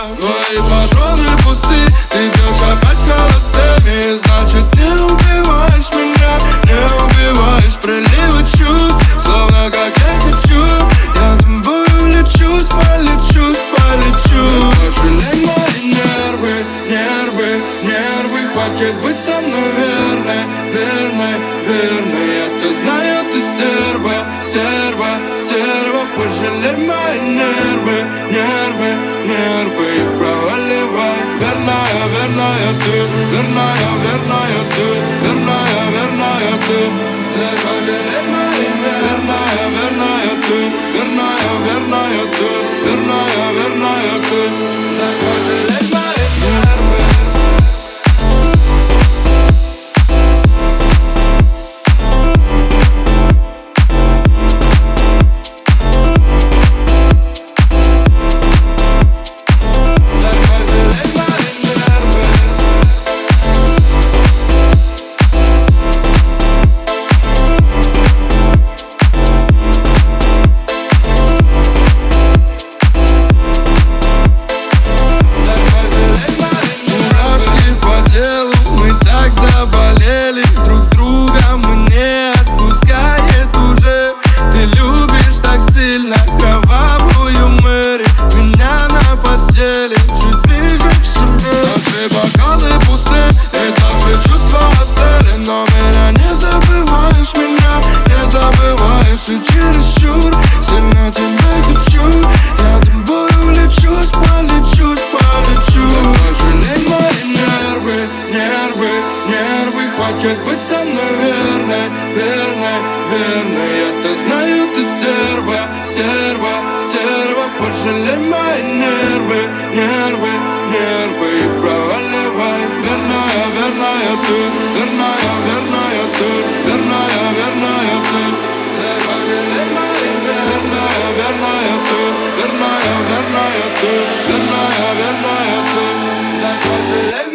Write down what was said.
Твои патроны пусты, ты идешь опять холостыми. Значит, не убиваешь меня, не убиваешь приливы чувств. Словно как я хочу, я тобою лечусь, полечусь, полечусь. Пожалей мои нервы, нервы, нервы. Хватит быть со мной верной, верной, верной. Я-то знаю, ты стерва, стерва, стерва. Пожалей мои нервы, нервы, нервы. И проваливай. Верная, верная ты, верная, верная ты, верная, верная ты. Пожалей мои нервы. Верная, верная ты, верная, верная ты, верная, верная ты. Пожалей мои нервы. Друг друга мы не отпускает уже. Ты любишь так сильно кровавую Мэри. Меня на постели чуть ближе к себе. Наши бокалы пусты и также чувства остыли. Но меня не забываешь, меня не забываешь. И чересчур сильно тебя хочу. Я тобою лечусь, полечусь, полечусь. Пожалей мои нервы, нервы, нервы. Хватит быть со мной верной, верной, верной. Я-то знаю, ты стерва, стерва, стерва. Пожалей мои нервы, нервы, нервы. И проваливай. Верная, верная ты, верная, верная ты, верная, верная ты. Пожалей мои нервы. Верная, верная ты, верная, верная ты, верная, верная ты. Пожалей.